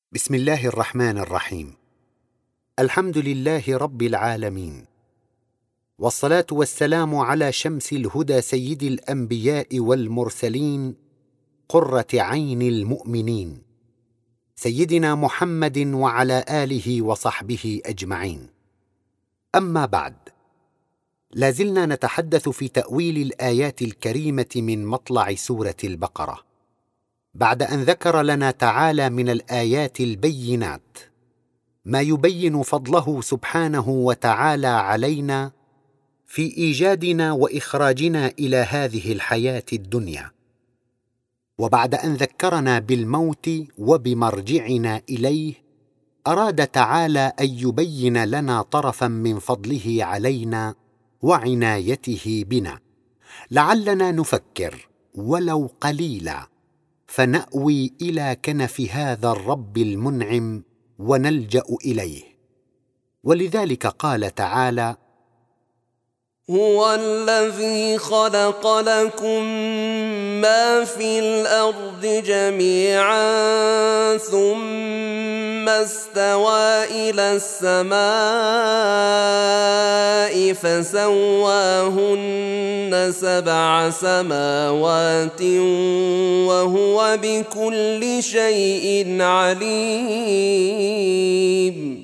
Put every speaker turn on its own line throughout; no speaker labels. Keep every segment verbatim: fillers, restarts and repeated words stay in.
بسم الله الرحمن الرحيم. الحمد لله رب العالمين، والصلاة والسلام على شمس الهدى سيد الأنبياء والمرسلين، قرة عين المؤمنين، سيدنا محمد وعلى آله وصحبه أجمعين. أما بعد، لازلنا نتحدث في تأويل الآيات الكريمة من مطلع سورة البقرة، بعد أن ذكر لنا تعالى من الآيات البينات ما يبين فضله سبحانه وتعالى علينا في إيجادنا وإخراجنا إلى هذه الحياة الدنيا، وبعد أن ذكرنا بالموت وبمرجعنا إليه، أراد تعالى أن يبين لنا طرفا من فضله علينا وعنايته بنا، لعلنا نفكر ولو قليلا فنأوي إلى كنف هذا الرب المنعم ونلجأ إليه. ولذلك قال تعالى:
هو الذي خلق لكم ما في الأرض جميعا ثم استوى إلى السماء فسواهن سبع سماوات وهو بكل شيء عليم.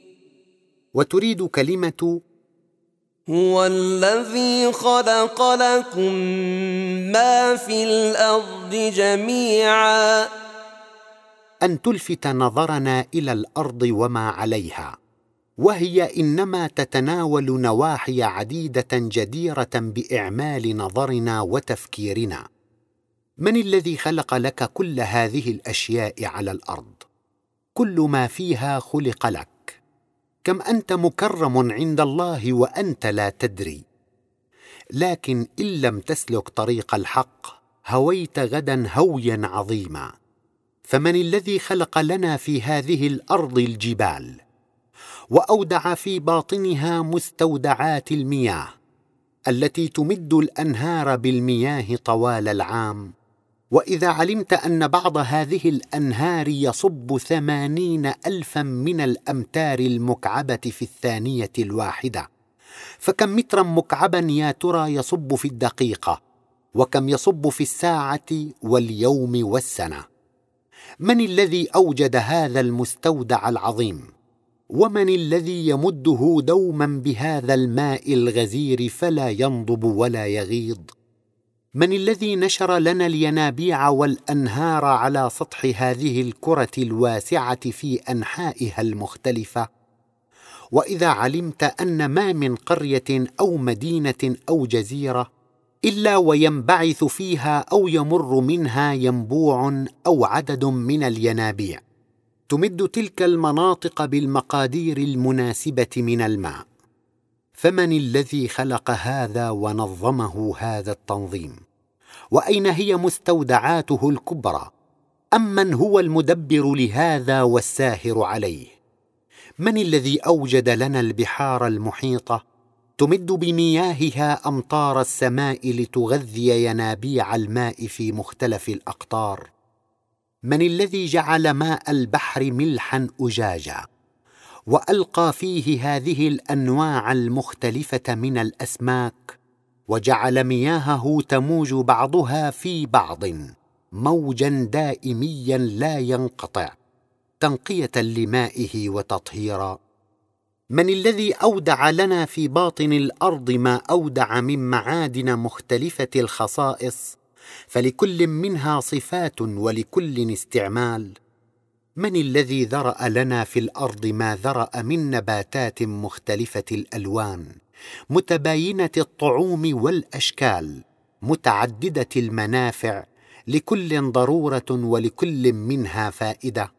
وتريد كلمة
هو الذي خلق لكم ما في الأرض جميعا
أن تلفت نظرنا إلى الأرض وما عليها، وهي إنما تتناول نواحي عديدة جديرة بإعمال نظرنا وتفكيرنا. من الذي خلق لك كل هذه الأشياء على الأرض؟ كل ما فيها خلق لك. كم أنت مكرم عند الله وأنت لا تدري. لكن إن لم تسلك طريق الحق هويت غدا هويا عظيما. فمن الذي خلق لنا في هذه الأرض الجبال، وأودع في باطنها مستودعات المياه التي تمد الأنهار بالمياه طوال العام؟ وإذا علمت أن بعض هذه الأنهار يصب ثمانين ألفا من الأمتار المكعبة في الثانية الواحدة، فكم مترا مكعبا يا ترى يصب في الدقيقة؟ وكم يصب في الساعة واليوم والسنة؟ من الذي أوجد هذا المستودع العظيم؟ ومن الذي يمده دوما بهذا الماء الغزير فلا ينضب ولا يغيض؟ من الذي نشر لنا الينابيع والأنهار على سطح هذه الكرة الواسعة في أنحائها المختلفة؟ وإذا علمت أن ما من قرية أو مدينة أو جزيرة إلا وينبعث فيها أو يمر منها ينبوع أو عدد من الينابيع تمد تلك المناطق بالمقادير المناسبة من الماء، فمن الذي خلق هذا ونظمه هذا التنظيم؟ وأين هي مستودعاته الكبرى؟ أم من هو المدبر لهذا والساهر عليه؟ من الذي أوجد لنا البحار المحيطة تمد بمياهها أمطار السماء لتغذي ينابيع الماء في مختلف الأقطار؟ من الذي جعل ماء البحر ملحا أجاجا وألقى فيه هذه الأنواع المختلفة من الأسماك، وجعل مياهه تموج بعضها في بعض موجا دائميا لا ينقطع تنقية لمائه وتطهيرا؟ من الذي أودع لنا في باطن الأرض ما أودع من معادن مختلفة الخصائص، فلكل منها صفات ولكل استعمال؟ من الذي ذرأ لنا في الأرض ما ذرأ من نباتات مختلفة الألوان متباينة الطعوم والأشكال متعددة المنافع، لكل ضرورة ولكل منها فائدة؟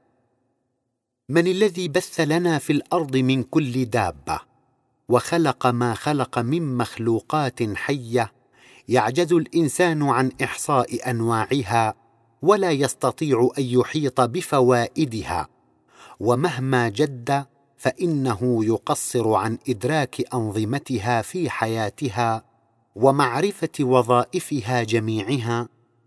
من الذي بث لنا في الأرض من كل دابة وخلق ما خلق من مخلوقات حية يعجز الإنسان عن إحصاء أنواعها ولا يستطيع أن يحيط بفوائدها، ومهما جد فإنه يقصر عن إدراك أنظمتها في حياتها ومعرفة وظائفها جميعها،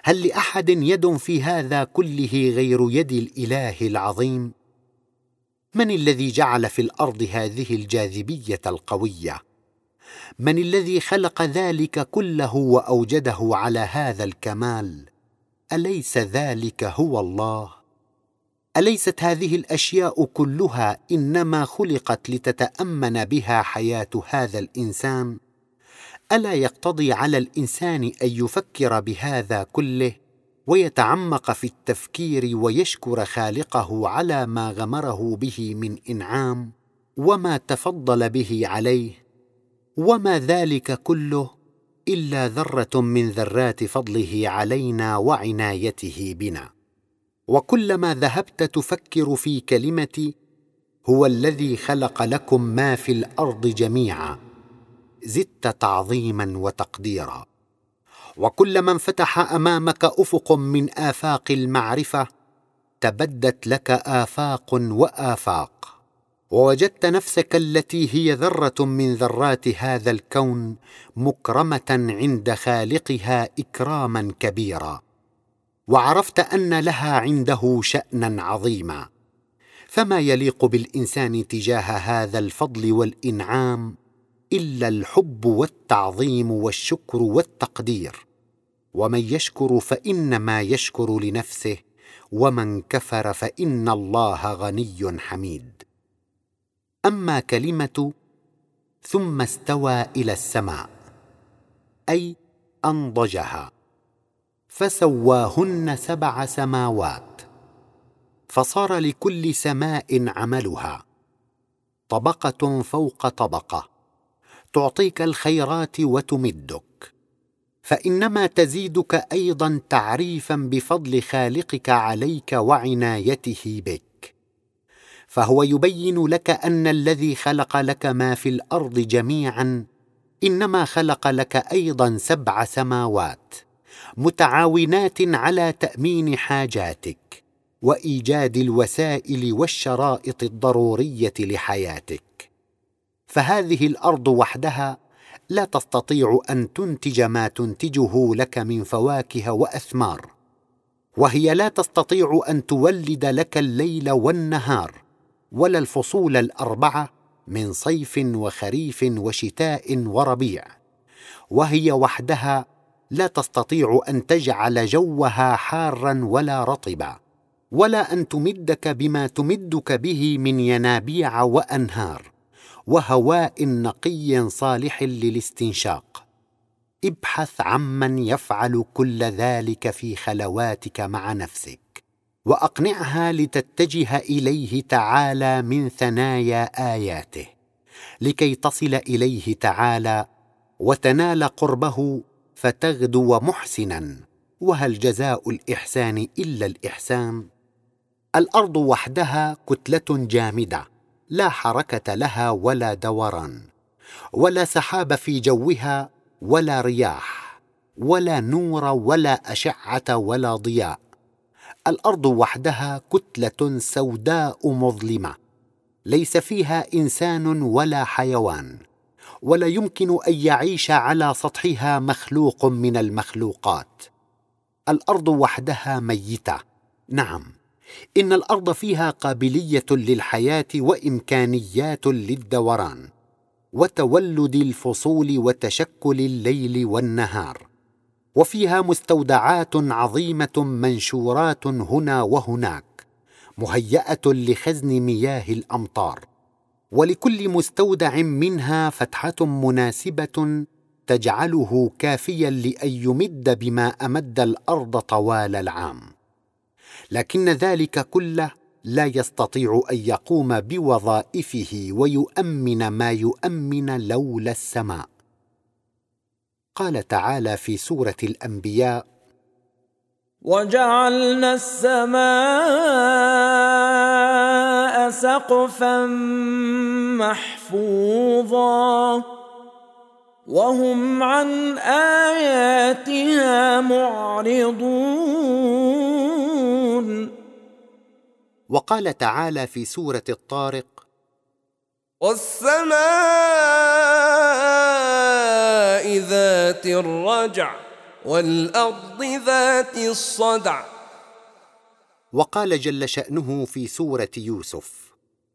هل لأحد يد في هذا كله غير يد الإله العظيم؟ من الذي جعل في الأرض هذه الجاذبية القوية؟ من الذي خلق ذلك كله وأوجده على هذا الكمال؟ أليس ذلك هو الله؟ أليست هذه الأشياء كلها إنما خلقت لتتأمن بها حياة هذا الإنسان؟ ألا يقتضي على الإنسان أن يفكر بهذا كله ويتعمق في التفكير ويشكر خالقه على ما غمره به من إنعام وما تفضل به عليه؟ وما ذلك كله إلا ذرة من ذرات فضله علينا وعنايته بنا. وكلما ذهبت تفكر في كلمة هو الذي خلق لكم ما في الأرض جميعا زدت تعظيما وتقديرا. وكلما انفتح أمامك أفق من آفاق المعرفة تبدت لك آفاق وآفاق، ووجدت نفسك التي هي ذرة من ذرات هذا الكون مكرمة عند خالقها إكراما كبيرا، وعرفت أن لها عنده شأنا عظيما. فما يليق بالإنسان تجاه هذا الفضل والإنعام إلا الحب والتعظيم والشكر والتقدير. ومن يشكر فإنما يشكر لنفسه، ومن كفر فإن الله غني حميد. أما كلمة ثم استوى إلى السماء أي أنضجها فسواهن سبع سماوات، فصار لكل سماء عملها طبقة فوق طبقة تعطيك الخيرات وتمدك، فإنما تزيدك أيضا تعريفا بفضل خالقك عليك وعنايته بك. فهو يبين لك أن الذي خلق لك ما في الأرض جميعا إنما خلق لك أيضا سبع سماوات متعاونات على تأمين حاجاتك وإيجاد الوسائل والشرائط الضرورية لحياتك. فهذه الأرض وحدها لا تستطيع أن تنتج ما تنتجه لك من فواكه وأثمار، وهي لا تستطيع أن تولد لك الليل والنهار ولا الفصول الأربعة من صيف وخريف وشتاء وربيع، وهي وحدها لا تستطيع أن تجعل جوها حارا ولا رطبا، ولا أن تمدك بما تمدك به من ينابيع وأنهار وهواء نقي صالح للاستنشاق. ابحث عمن يفعل كل ذلك في خلواتك مع نفسك، وأقنعها لتتجه إليه تعالى من ثنايا آياته لكي تصل إليه تعالى وتنال قربه فتغدو محسنا. وهل جزاء الإحسان إلا الإحسان؟ الأرض وحدها كتلة جامدة لا حركة لها ولا دوران، ولا سحاب في جوها ولا رياح ولا نور ولا أشعة ولا ضياء. الأرض وحدها كتلة سوداء مظلمة ليس فيها إنسان ولا حيوان، ولا يمكن أن يعيش على سطحها مخلوق من المخلوقات. الأرض وحدها ميتة. نعم، إن الأرض فيها قابلية للحياة وإمكانيات للدوران وتولد الفصول وتشكل الليل والنهار، وفيها مستودعات عظيمة منشورات هنا وهناك مهيئة لخزن مياه الأمطار، ولكل مستودع منها فتحة مناسبة تجعله كافيا لأن يمد بما أمد الأرض طوال العام. لكن ذلك كله لا يستطيع أن يقوم بوظائفه ويؤمن ما يؤمن لولا السماء. قال تعالى في سورة الأنبياء:
وجعلنا السماء سقفا محفوظا وهم عن آياتها معرضون.
وقال تعالى في سورة الطارق:
والسماء ذات الرجع والأرض ذات الصدع.
وقال جل شأنه في سورة يوسف: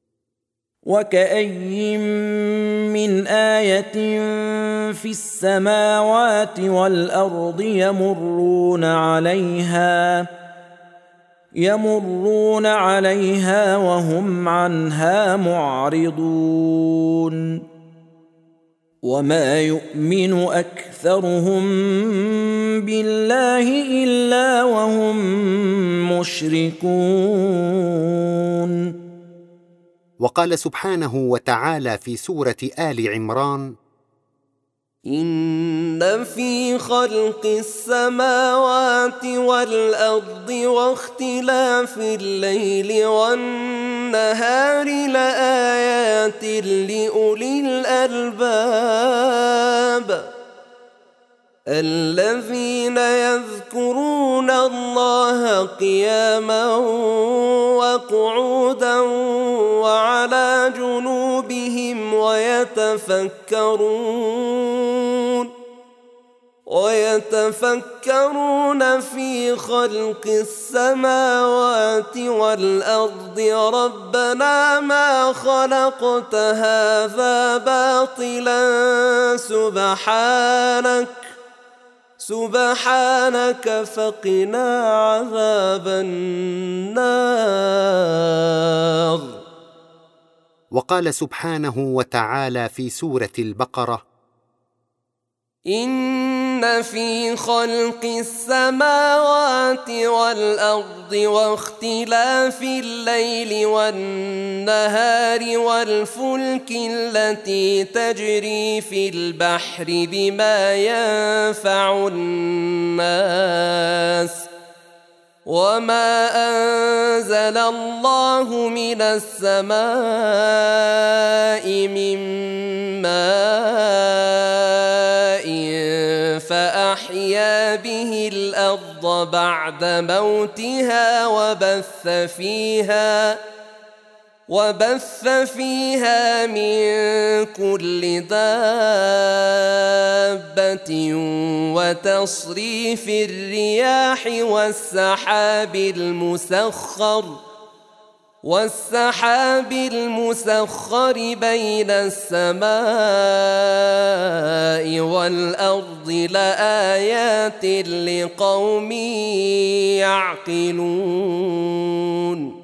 وكأي من آية في السماوات والأرض يمرون عليها يمرون عليها وهم عنها معرضون وما يؤمن أكثرهم بالله إلا وهم مشركون.
وقال سبحانه وتعالى في سورة آل عمران:
إن في خلق السماوات والأرض واختلاف الليل والنهار لآيات لأولي الألباب الذين يذكرون الله قياما وقعودا وعلى جنوبهم ويتفكرون ويتفكرون في خلق السماوات والأرض ربنا ما خلقت هذا باطلا سبحانك سبحانك فقنا عذاب النار.
وقال سبحانه وتعالى في سورة البقرة:
إن في خلق السماوات والأرض واختلاف الليل والنهار والفلك التي تجري في البحر بما ينفع الناس وما أنزل الله من السماء من ماء فأحيا به الأرض بعد موتها وبث فيها وبث فيها من كل دابة وتصريف الرياح والسحاب المسخر والسحاب المسخر بين السماء والأرض لآيات لقوم يعقلون.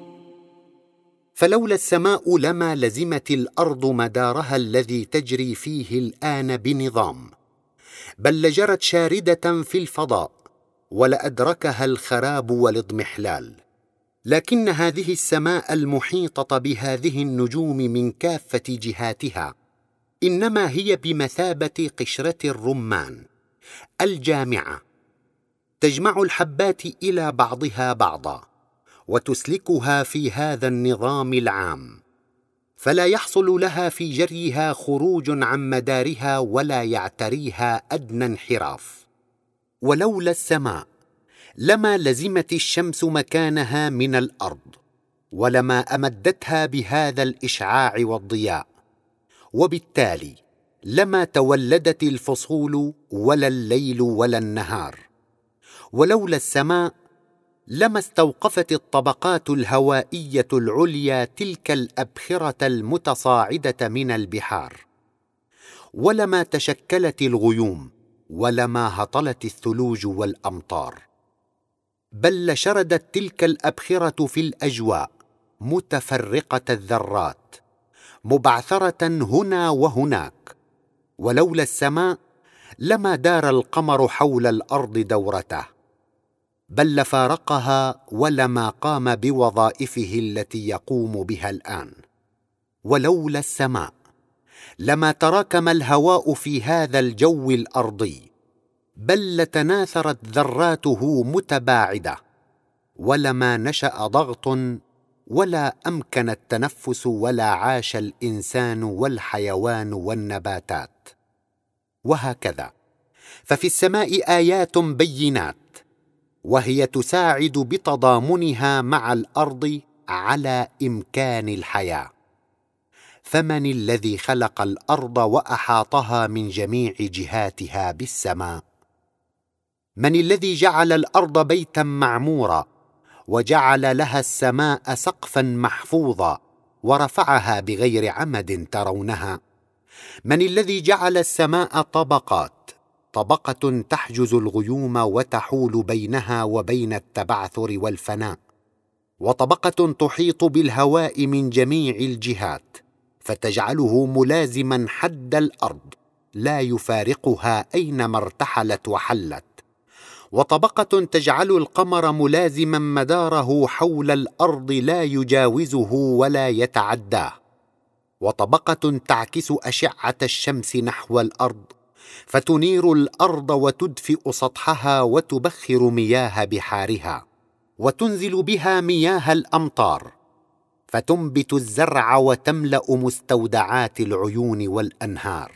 فلولا السماء لما لزمت الأرض مدارها الذي تجري فيه الآن بنظام، بل لجرت شاردة في الفضاء ولأدركها الخراب والاضمحلال. لكن هذه السماء المحيطة بهذه النجوم من كافة جهاتها إنما هي بمثابة قشرة الرمان الجامعة، تجمع الحبات إلى بعضها بعضا وتسلكها في هذا النظام العام، فلا يحصل لها في جريها خروج عن مدارها ولا يعتريها أدنى انحراف. ولولا السماء لما لزمت الشمس مكانها من الأرض ولما أمدتها بهذا الإشعاع والضياء، وبالتالي لما تولدت الفصول ولا الليل ولا النهار. ولولا السماء لما استوقفت الطبقات الهوائية العليا تلك الأبخرة المتصاعدة من البحار، ولما تشكلت الغيوم ولما هطلت الثلوج والأمطار، بل لشردت تلك الأبخرة في الأجواء متفرقة الذرات مبعثرة هنا وهناك. ولولا السماء لما دار القمر حول الأرض دورته، بل لفارقها ولما قام بوظائفه التي يقوم بها الآن. ولولا السماء لما تراكم الهواء في هذا الجو الأرضي، بل لتناثرت ذراته متباعدة، ولما نشأ ضغط ولا أمكن التنفس ولا عاش الإنسان والحيوان والنباتات. وهكذا ففي السماء آيات بينات، وهي تساعد بتضامنها مع الأرض على إمكان الحياة. فمن الذي خلق الأرض وأحاطها من جميع جهاتها بالسماء؟ من الذي جعل الأرض بيتا معمورا وجعل لها السماء سقفا محفوظا ورفعها بغير عمد ترونها؟ من الذي جعل السماء طبقات، طبقة تحجز الغيوم وتحول بينها وبين التبعثر والفناء، وطبقة تحيط بالهواء من جميع الجهات فتجعله ملازما حد الأرض لا يفارقها أينما ارتحلت وحلت، وطبقة تجعل القمر ملازما مداره حول الأرض لا يجاوزه ولا يتعداه، وطبقة تعكس أشعة الشمس نحو الأرض فتنير الأرض وتدفئ سطحها وتبخر مياه بحارها وتنزل بها مياه الأمطار فتنبت الزرع وتملأ مستودعات العيون والأنهار،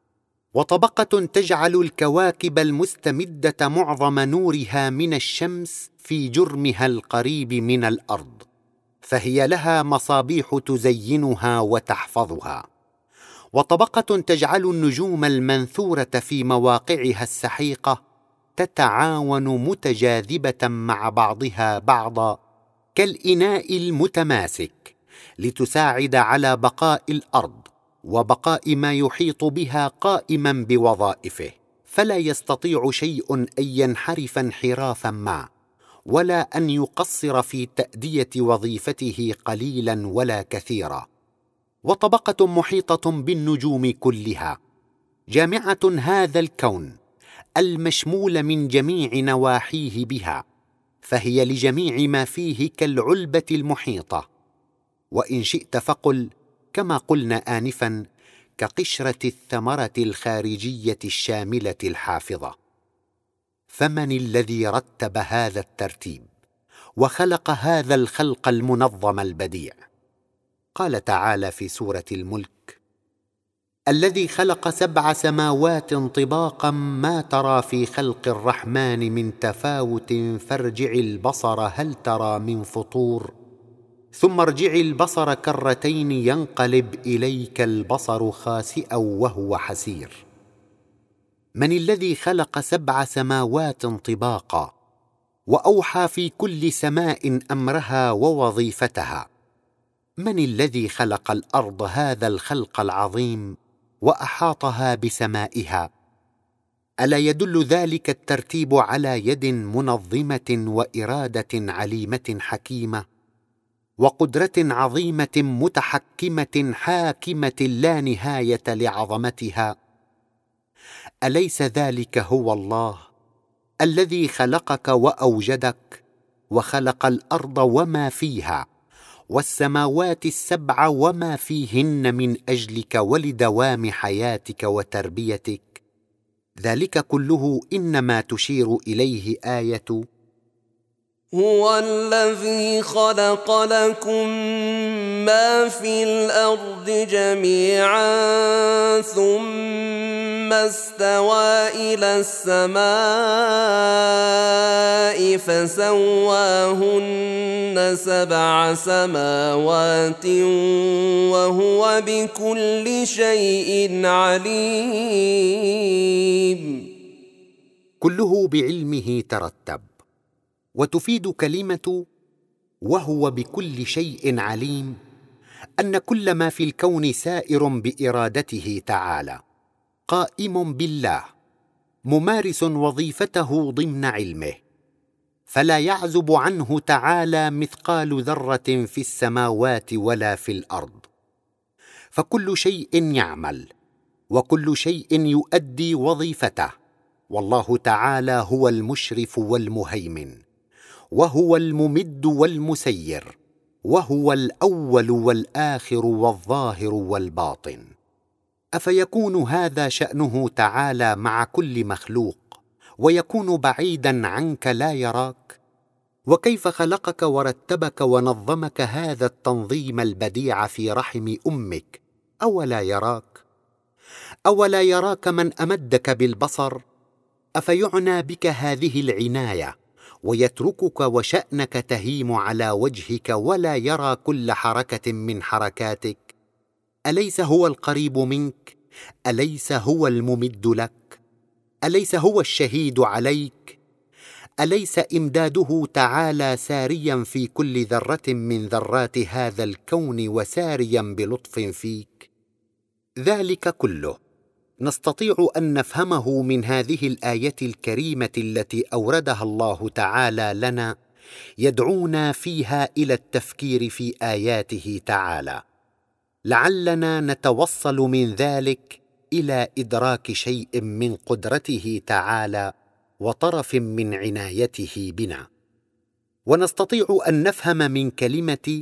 وطبقة تجعل الكواكب المستمدة معظم نورها من الشمس في جرمها القريب من الأرض فهي لها مصابيح تزينها وتحفظها، وطبقة تجعل النجوم المنثورة في مواقعها السحيقة تتعاون متجاذبة مع بعضها بعضا كالإناء المتماسك لتساعد على بقاء الأرض وبقاء ما يحيط بها قائما بوظائفه، فلا يستطيع شيء أن ينحرف انحرافا ما ولا أن يقصر في تأدية وظيفته قليلا ولا كثيرا، وطبقة محيطة بالنجوم كلها جامعة هذا الكون المشمول من جميع نواحيه بها، فهي لجميع ما فيه كالعلبة المحيطة، وإن شئت فقل كما قلنا آنفا كقشرة الثمرة الخارجية الشاملة الحافظة. فمن الذي رتب هذا الترتيب وخلق هذا الخلق المنظم البديع؟ قال تعالى في سورة الملك: الذي خلق سبع سماوات طباقا ما ترى في خلق الرحمن من تفاوت فارجع البصر هل ترى من فطور ثم ارجع البصر كرتين ينقلب إليك البصر خاسئا وهو حسير. من الذي خلق سبع سماوات طباقا وأوحى في كل سماء أمرها ووظيفتها؟ من الذي خلق الأرض هذا الخلق العظيم وأحاطها بسمائها؟ ألا يدل ذلك الترتيب على يد منظمة وإرادة عليمة حكيمة وقدرة عظيمة متحكمة حاكمة لا نهاية لعظمتها؟ أليس ذلك هو الله الذي خلقك وأوجدك وخلق الأرض وما فيها والسماوات السبع وما فيهن من أجلك ولدوام حياتك وتربيتك؟ ذلك كله إنما تشير إليه آية
هو الذي خلق لكم ما في الأرض جميعا ثم استوى إلى السماء فسواهن سبع سماوات وهو بكل شيء عليم.
كله بعلمه ترتب، وتفيد كلمة وهو بكل شيء عليم أن كل ما في الكون سائر بإرادته تعالى، قائم بالله، ممارس وظيفته ضمن علمه، فلا يعزب عنه تعالى مثقال ذرة في السماوات ولا في الأرض، فكل شيء يعمل وكل شيء يؤدي وظيفته، والله تعالى هو المشرف والمهيمن، وهو الممد والمسير، وهو الأول والآخر والظاهر والباطن. أفيكون هذا شأنه تعالى مع كل مخلوق ويكون بعيدا عنك لا يراك؟ وكيف خلقك ورتبك ونظمك هذا التنظيم البديع في رحم أمك أولا يراك؟ أولا يراك من أمدك بالبصر؟ أفيعنى بك هذه العناية ويتركك وشأنك تهيم على وجهك ولا يرى كل حركة من حركاتك؟ أليس هو القريب منك؟ أليس هو الممد لك؟ أليس هو الشهيد عليك؟ أليس إمداده تعالى ساريا في كل ذرة من ذرات هذا الكون وساريا بلطف فيك؟ ذلك كله نستطيع أن نفهمه من هذه الآية الكريمة التي أوردها الله تعالى لنا، يدعونا فيها إلى التفكير في آياته تعالى، لعلنا نتوصل من ذلك إلى إدراك شيء من قدرته تعالى وطرف من عنايته بنا. ونستطيع أن نفهم من كلمة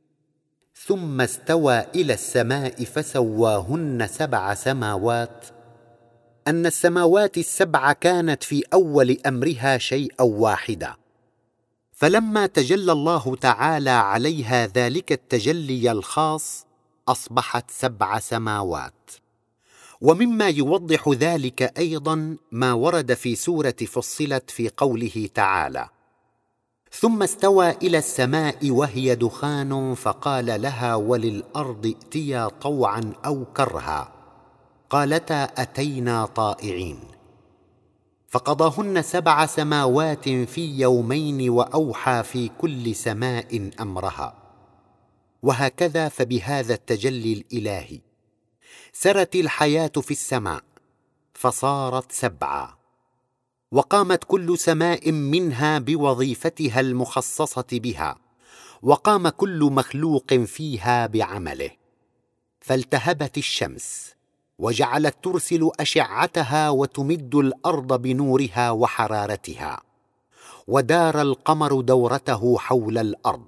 ثم استوى إلى السماء فسواهن سبع سماوات أن السماوات السبع كانت في أول أمرها شيئا واحدا، فلما تجلى الله تعالى عليها ذلك التجلي الخاص أصبحت سبع سماوات. ومما يوضح ذلك أيضا ما ورد في سورة فصلت في قوله تعالى: ثم استوى إلى السماء وهي دخان فقال لها وللأرض ائتيا طوعا أو كرها قالتا أتينا طائعين، فقضاهن سبع سماوات في يومين وأوحى في كل سماء أمرها. وهكذا فبهذا التجلي الإلهي سرت الحياة في السماء فصارت سبعا، وقامت كل سماء منها بوظيفتها المخصصة بها، وقام كل مخلوق فيها بعمله، فالتهبت الشمس وجعلت ترسل أشعتها وتمد الأرض بنورها وحرارتها، ودار القمر دورته حول الأرض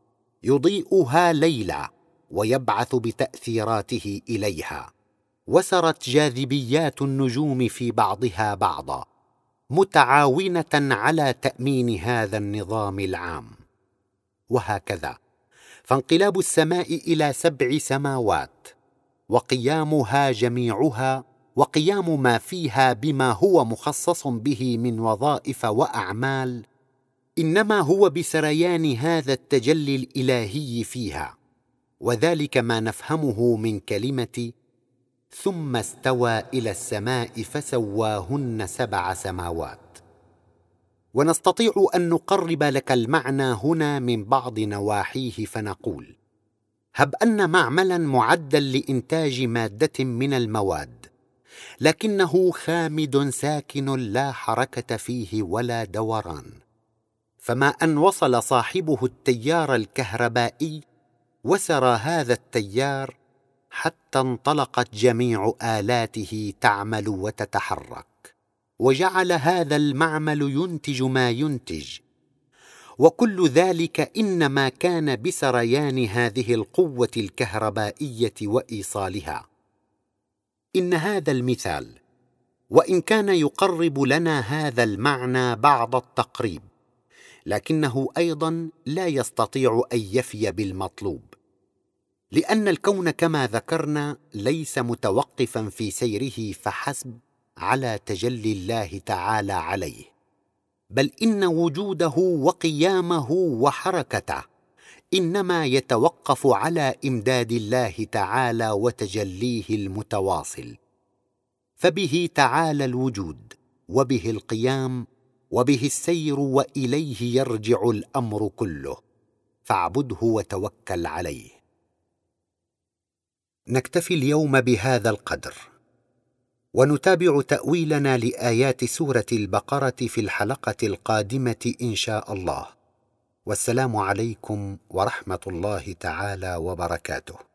يضيئها ليلا ويبعث بتأثيراته إليها، وسرت جاذبيات النجوم في بعضها بعضا متعاونة على تأمين هذا النظام العام. وهكذا فانقلاب السماء إلى سبع سماوات وقيامها جميعها وقيام ما فيها بما هو مخصص به من وظائف وأعمال إنما هو بسريان هذا التجلي الإلهي فيها، وذلك ما نفهمه من كلمة ثم استوى إلى السماء فسواهن سبع سماوات. ونستطيع أن نقرب لك المعنى هنا من بعض نواحيه فنقول: هب أن معملا معدا لإنتاج مادة من المواد، لكنه خامد ساكن لا حركة فيه ولا دوران، فما أن وصل صاحبه التيار الكهربائي وسرى هذا التيار حتى انطلقت جميع آلاته تعمل وتتحرك، وجعل هذا المعمل ينتج ما ينتج، وكل ذلك إنما كان بسريان هذه القوة الكهربائية وإيصالها. إن هذا المثال وإن كان يقرب لنا هذا المعنى بعض التقريب، لكنه أيضا لا يستطيع أن يفي بالمطلوب، لأن الكون كما ذكرنا ليس متوقفا في سيره فحسب على تجلي الله تعالى عليه، بل إن وجوده وقيامه وحركته إنما يتوقف على إمداد الله تعالى وتجليه المتواصل، فبه تعالى الوجود وبه القيام وبه السير وإليه يرجع الأمر كله، فاعبده وتوكل عليه. نكتفي اليوم بهذا القدر، ونتابع تأويلنا لآيات سورة البقرة في الحلقة القادمة إن شاء الله. والسلام عليكم ورحمة الله تعالى وبركاته.